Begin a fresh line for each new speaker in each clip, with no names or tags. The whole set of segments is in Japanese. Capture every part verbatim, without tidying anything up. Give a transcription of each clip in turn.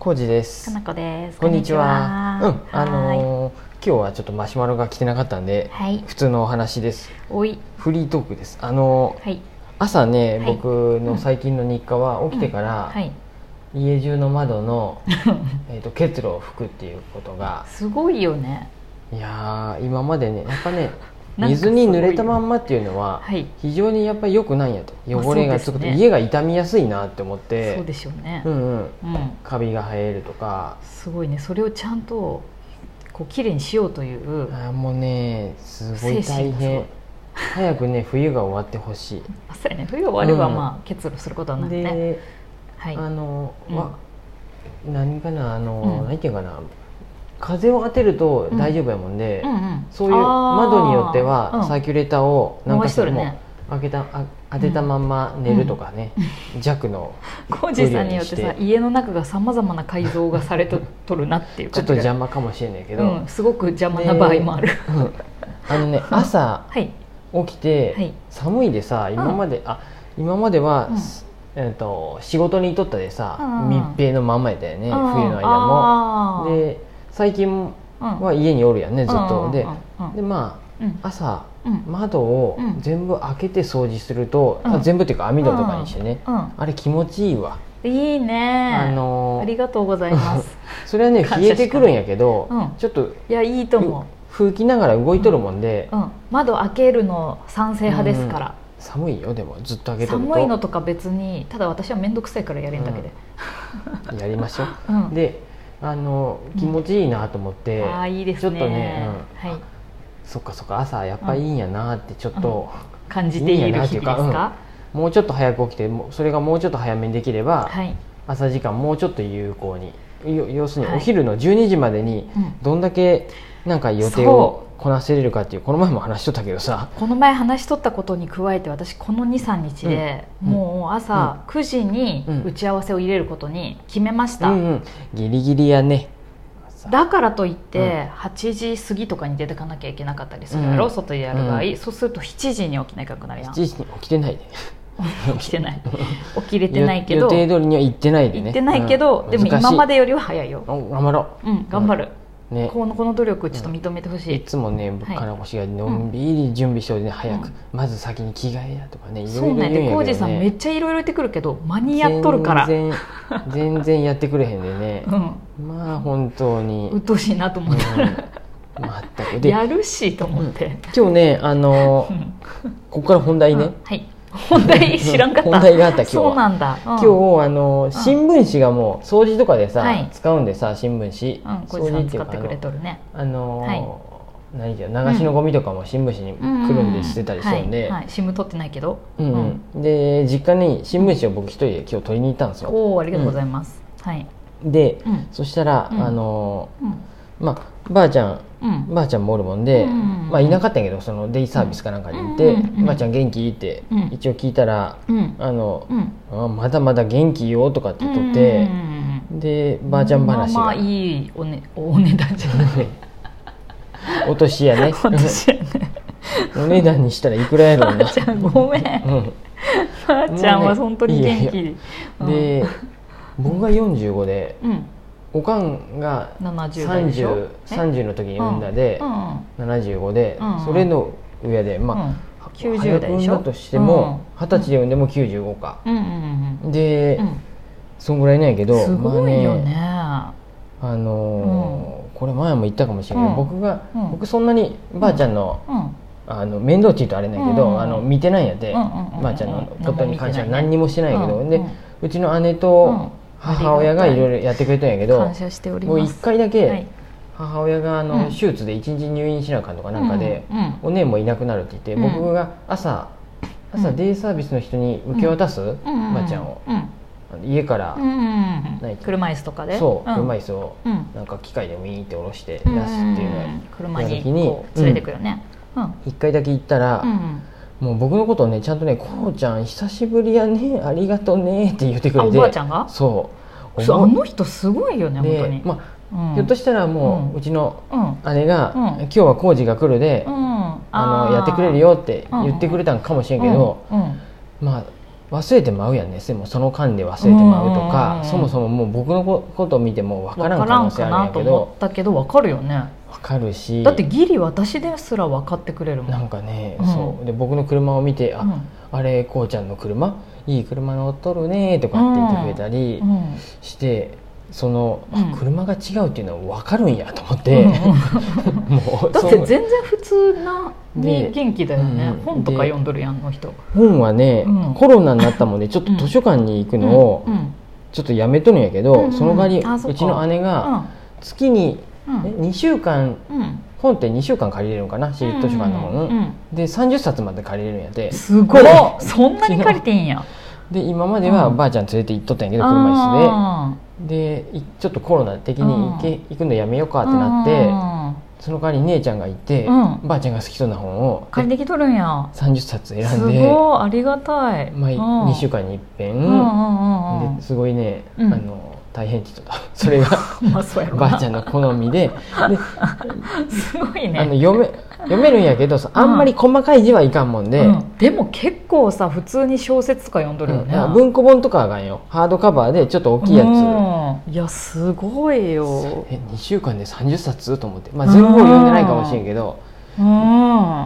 コウジです。
かなこです。
こんにちは。うん、あのー、今日はちょっとマシュマロが来てなかったんで、はい、普通のお話です。
おい。
フリートークです。あのーはい、朝ね、はい、僕の最近の日課は起きてから、うんはい、家中の窓のえと結露を拭くっていうことが
すごいよね。
いやー、今までね、やっぱね水に濡れたまんまっていうのは非常にやっぱり良くないんやと、汚れがつくと家が傷みやすいなって思って、
そうでしょうね、
うんうん、カビが生えるとか、
すごいね、それをちゃんとこうきれいにしようという、
あもうねすごい大変。早くね冬が終わってほしい。
そうやね、冬終わればまあ結露することはないね。で、
はい、あの、うん、わ何かなあの、うん、何ていうかな、風を当てると大丈夫やもんで、うんうんうん、そういう窓によってはサーキュレーターを何か所も開けた、あ当てたまんま寝るとかね、うん、弱の
コウジさんによってさ、家の中がさまざまな改造がされととるなっていう感じが
ちょっと邪魔かもしれないけど、うん、
すごく邪魔な場合もある、
うん、あのね朝、はい、起きて、はい、寒いでさ今まで、うん、あ今までは、うんえー、と仕事にとったでさ、うん、密閉のまんまやったよね、うん、冬の間も。で最近は家におるやんね、ずっと。で、でまあ、うん、朝、うん、窓を全部開けて掃除すると、うん、全部っていうか網戸とかにしてね、うん、あれ気持ちいいわ。
いいね、あのー、ありがとうございます
それはね冷えてくるんやけど、うん、ちょっと
いやいいと思う、
吹きながら動いとるもんで、
うんうん、窓開けるの賛成派ですから、
うん、寒いよ。でもずっと開けとると
寒いのとか別に、ただ私は面倒くさいからやれんだけで、
うん、やりましょう、うん、であの気持ちいいなと思って、うん、
あいいですね、
ちょっとね、うんはい、そっかそっか朝やっぱいいんやなってちょっと、
うん、感じている日々ですか、
うん、もうちょっと早く起きてそれがもうちょっと早めにできれば、はい、朝時間もうちょっと有効に、要するにお昼のじゅうにじまでにどんだけなんか予定をこなせれるかっていう、この前も話しとったけどさ、
この前話しとったことに加えて私この にさんにちで、うん、もう朝くじに打ち合わせを入れることに決めました、うんうん、
ギリギリやね。
だからといってはちじ過ぎとかに出てかなきゃいけなかったりするやろ、うん、外でやる場合、うん、そうするとしちじに起きなきゃいけなくなるやん。
しちじに起きてないで
起きてない起きれてないけど
予定通りには行ってないでね、
行ってないけど、うん、でも今までよりは早いよ。
頑張ろ
う、うん、頑張る、うんね、このこの努力ちょっと認めてほしい、
うん、いつもね金子氏がのんびり準備しておいて、ね、早く、うん、まず先に着替えやとかね、いろいろ言うんやけどね。そうね、でコウジさんめっちゃいろいろ言ってくるけど間に合っとるから全然全然やってくれへんでね、うん、まあ本当に
うっとうしいなと思って、うん、全くやるしと思って、うん、
今日ねあのー、ここから本題ね、うん、
はい本題知らんかった
本題があった今日は。
そうなんだ、うん、
今日あの新聞紙がもう掃除とかでさ、はい、使うんでさ新聞紙、うん、
掃除っていうか使ってくれとるね、
あの、はい、何じゃ流しのゴミとかも新聞紙にくるんで捨てたりしてるんで、
新聞取ってないけど、
うんうん、で実家に新聞紙を僕一人で今日取りに行ったんですよ。
おおありがとうございます、うん、はい。
で、うん、そしたら、うん、あの、うん、まあばあちゃん、うん、ばあちゃんもおるもんで、うん、まあいなかったんやけどそのデイサービスかなんかに行って、うん、ばあちゃん元気って、うん、一応聞いたら、うん、あの、うん、あまだまだ元気よとかって言っとって、うん、でばあちゃん話が、
まあまあいいお、ね、お値段じゃない
お年やね
お年やね
お値段にしたらいくらやろうな。
ばあちゃんごめん、うん、ばあちゃんは本当に元気、ね
うん、で僕がよんじゅうごで、うんおかんがさんじゅう、さんじゅうの時に産んだで、うん、ななじゅうごで、うん、それの上で、まあ、
きゅうじゅう代でしょ。
早く産んだとしても、はたちで産んでもきゅうじゅうごか、うんうんうん、で、うん、そんぐらいなんやけど、
すごいよね、
まあね、あのーうん、これ前も言ったかもしれないけど、うん、僕が、うん、僕そんなにばあちゃんの、うん、あの面倒って言うとあれなんやけど、うん、あの見てないんやって、うん、ばあちゃんのことに関しては何にもしてないけど、うん、で、うちの姉と、うん母親がいろいろやってくれたんやけど、
感謝しております。
もういっかいだけ母親があの手術でいちにち入院しなあかんとかなんかで、うんうん、お姉もいなくなるって言って、うん、僕が朝朝デイサービスの人に受け渡す、うん、ばあちゃんを、うん、家から、うん、
車椅子とかで
そう、うん、車椅子をなんか機械でウィーンって下ろして出すっていうのを
車にこう連れてくよね、
うん、いっかいだけ行ったら、うんもう僕のことをねちゃんとねこうちゃん久しぶりやねありがとうねって言ってくれて、
あおばあちゃんが
そう
あの人すごいよね本当に、
まあうん、ひょっとしたらもう、うん、うちの姉が、うん、今日は浩二が来るで、うん、あのやってくれるよって言ってくれたんかもしれんけど、うんうん、まあ忘れてまうやんね。でもその間で忘れてまうとか、そもそももう僕のことを見ても分からん可能性あるんやけど、分からんかなと思
ったけど分かるよね。
分かるし、
だってギリ私ですら分かってくれるもん。
なんかね、うん、そうで僕の車を見て、あ、うん、あれこうちゃんの車いい車乗っとるねとかって言ってくれたりして、うんうん、その、うん、車が違うっていうのは分かるんやと思って、うんうん、もう
だって全然普通なに元気だよね、うん、本とか読んどるやんの人。
本はね、うん、コロナになったもんでちょっと図書館に行くのをちょっとやめとるんやけど、うんうん、その代わりうちの姉が月に、うん、にしゅうかん、うん、本ってにしゅうかん借りれるのかな、私立図書館の本、うんうん、でさんじゅっさつまで借りれるんやて。
すごいそんなに借りてんや。
で今まではばあちゃん連れて行っとったんやけど、車椅子ででちょっとコロナ的に行け行くのやめようかってなって、その代わり姉ちゃんがいて、うん、ばあちゃんが好きそうな本を
借りてきとるんや。
さんじゅっさつ選んで、す
ごいありがたい。
毎にしゅうかんにいっぺんですごいね、うん、あの大変って言っとった。それがまあそうやろなばあちゃんの好みで、です
ごいね。
あの読め読めるんやけど、あんまり細かい字はいかんもんで、うん、
でも結構さ普通に小説とか読んどるよね、
うん、文庫本とかはあかんよ。ハードカバーでちょっと大きいやつ、うん、
いやすごいよ。
えにしゅうかんでさんじゅっさつと思って、まあ、全部を読んでないかもしれんけど、うん、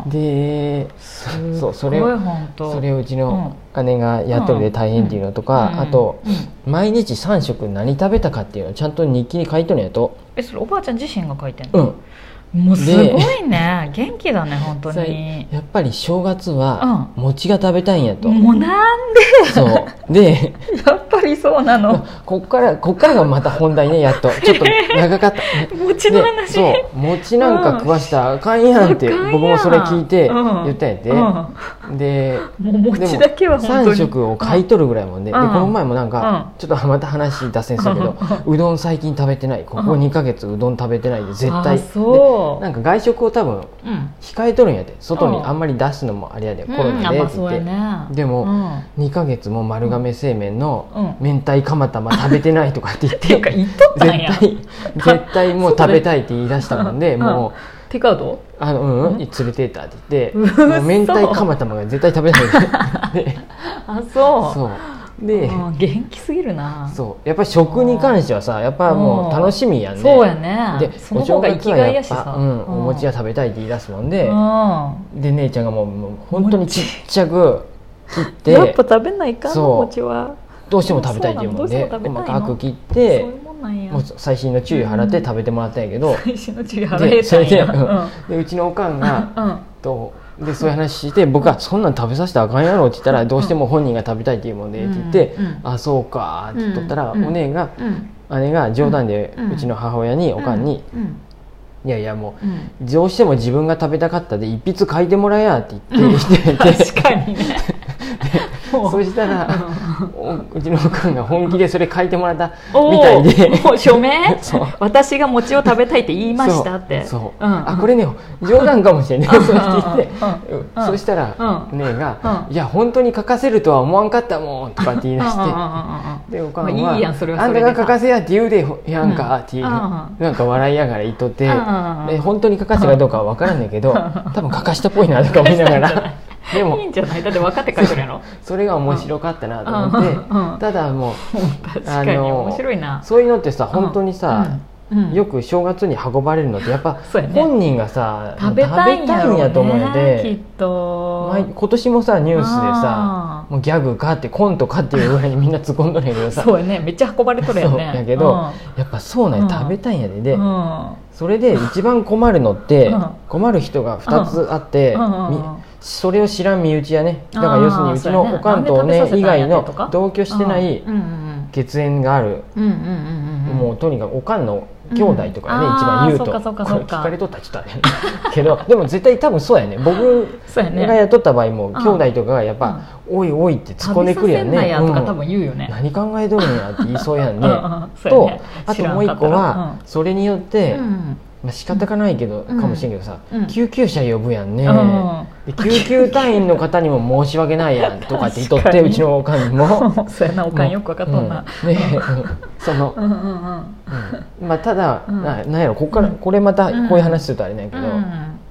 でそうそれをそれをうちの姉がやっとるで大変っていうのとか、うん、あと、うん、毎日さん食何食べたかっていうのをちゃんと日記に書いとるんやと。
えそれおばあちゃん自身が書いてんの？うんもうすごいね。元気だね本当に。
やっぱり正月は餅が食べたいんやと、
うん、もうなんで
そうで
やっぱりそうなの。
こっからこっからがまた本題ね。やっとちょっと長かった
餅の話。
そう餅なんか食わしたらあかんやんって、うん、僕もそれ聞いて言ったんやて、うん、で
もう餅だけは本当に
さん食を買い取るぐらいもんで、うん、でこの前もなんか、うん、ちょっとまた話脱線するけど、うん、うどん最近食べてない、ここにかげつうどん食べてないで絶対、
そう
なんか外食を多分控えとるんやで、外にあんまり出すのもあれやで、コロナでって言って、でもにかげつも丸亀製麺の明太釜玉食べてないとかって言って絶対絶対もう食べたいって言い出したもんで、も
うテイクアウト
あのうん連れてったって言って、もう明太釜玉が絶対食べないで
あそう
そうで
元気すぎるな。
そうやっぱり食に関してはさやっぱもう楽しみやんね。
そうやね。でその方が生きがいやしさ、
うん、お餅は食べたいって言い出すもんで、うん、で姉ちゃんがもう、もう本当にちっちゃく切って
やっぱ食べないかんお餅は
どうしても食べたいっていうもんで細かく切ってもう細心の注意を払って食べてもらったんやけど、
細心の注意払えたんや。
で、うん、でうちのおかんが、うん、とでそういう話して僕はそんなん食べさせたらあかんやろって言ったら、どうしても本人が食べたいっていうもんでって言って、うん、あそうかって言っとったら、うん、お姉が、うん、姉が冗談でうちの母親におかんに、いやいやもう、どうしても自分が食べたかったで一筆書いてもらえやって言ってきてて、
確かにね
そしたらうちのおかんが本気でそれ書いてもらったみたいで、
もう署名私が餅を食べたいって言いましたって。
そうそう、うん、あこれね冗談かもしれないそうって言って、うん、そしたら姉が、うん、いや本当に書かせるとは思わんかったもんとかって言い出してでおかんは、まあ、いいやんそれはそれであんたが書かせやって言うでやんかっていう、うん、なんか笑いながら言っとって、で本当に書かせたかどうかは分からんねんけど多分書かしたっぽいなとか思いながら
でもいいんじゃない？だって分かって書いてるやろ。
それが面白かったなと思って、うんうん、ただもう
確かに面白いな。
そういうのってさ本当にさ、うんうん、よく正月に運ばれるのってやっぱ本人がさ、ね、
食べたいんやろうね、
食べたいんやと思うので、
きっと
今年もさニュースでさもうギャグかってコントかっていうぐらいにみんな突っ込んどるんやけどさ
そうやね、めっちゃ運ばれとるやんね。
そうやけど、うん、やっぱそうね、食べたいんやで、で、うん、それで一番困るのって、うん、困る人がふたつあって、うんうんうん、それを知らん身内やね。だから要するにうちのおかんとお姉以外の同居してない血縁がある、もうとにかくおかんの兄弟とかね、うん、一番言うとこれ聞かれとったらちょっとあれけどでも絶対多分そうやね。僕が雇った場合も兄弟とかがやっぱ「おいおい」って突っ込んでくるやんね。何考えとるんやって言いそうやんねと、あともう一個はそれによってまあ仕方がないけど、うん、かもしれんけどさ、うん、救急車呼ぶやんね、うん、で救急隊員の方にも申し訳ないやんとかって言っとってうちのおかんにも
そうやな、おかんよく分かっとんな、
うん、ねその、うんうんうんうん、まあただ、うん、な, なんやろここからこれまたこういう話するとあれなんやけど、うん、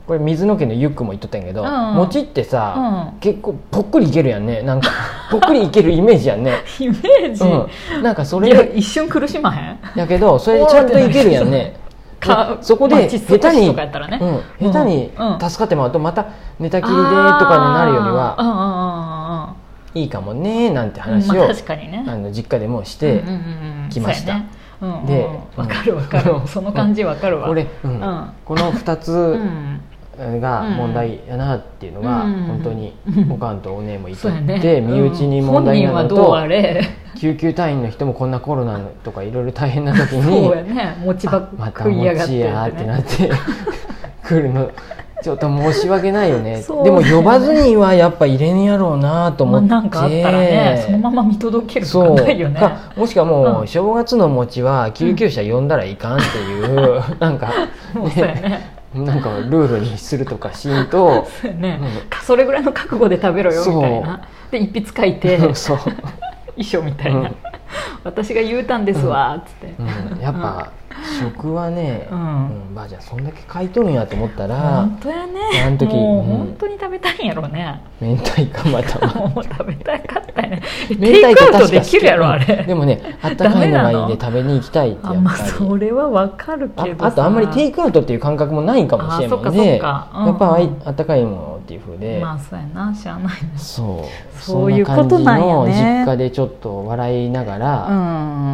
これ水野家のユックも言っとったんやけど、
うん、
餅ってさ、
うん、
結構ぽっくりいけるやんね。なんかぽっくりいけるイメージやんね
イメージ、
うん、なんかそれ
いや一瞬苦しまへん
やけどそれでちゃんといけるやんねそこで下手に、
ね
うん、下手に助かってもらうとまた寝たきりでとかになるよりはいいかもねなんて話を、まあ確かにね、あの実家でもしてきました。
で、わかるわかるその感じわかるわ。
これ、うんうん、このふたつが問題やなっていうのが、うん、本当におかんとお姉もいとって、ね、身内に問題になると、うん、救急隊員の人もこんなコロナとかいろいろ大変な時に
そうやね、餅ばっかりやがって、ね、
また餅やってなって来るのちょっと申し訳ないよね。でも呼ばずにはやっぱ入れんやろうなと思って、まあ、
なんかあったらねそのまま見届けるしかないよね。か
もしくはもう、うん、正月の餅は救急車呼んだらいかんっていう、うん、なんか、ね
そうやね、
なんかルールにするとかしんと
そうやね、うん、それぐらいの覚悟で食べろよみたいなで一筆書いて
そう
遺書みたいな、うん、私が言うたんですわっつって、
うんうん、やっぱ、うん、食はね、うんうん、まあじゃあそんだけ書いとるんやと思ったら
本当やね、
あの時
もう本当に食べたいんやろうね。
明太子また
もう食べたかったよね。テイクアウトできるやろあれ。
でもね、あったかいのがいいで食べに行きたいってやっぱり。あ、まあ
それはわかるけどさ、
あ, あとあんまりテイクアウトっていう感覚もないかもしれないので、やっぱあったかいものっていう風で、
まあそうやな、しゃあないね。
そう
そういうことなんやね。
実家でちょっと笑いながら、うん、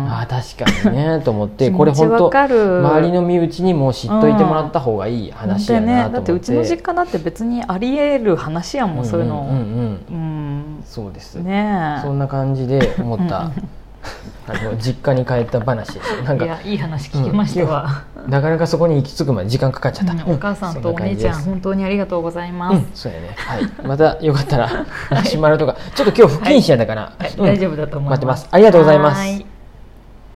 あ確かにねと思ってこれ本当周りの身内にも知っといてもらった方がいい話やなと思って、うんね、だって
うちの実家だって別にありえる話やもん、そういうの、うんうんうん
うん、そうですね、そんな感じで思ったあの実家に帰った話です。なんか
いやいい話聞きましたわ、
うん、なかなかそこに行き着くまで時間かかっちゃった、
うん、お母さんとお姉ちゃん本当にありがとうございます、うん、
そうやね、はい、またよかったらマシュマロとかちょっと今日不謹慎やだから、
はい、うん、大丈夫だと思います。
待ってます。ありがとうございます。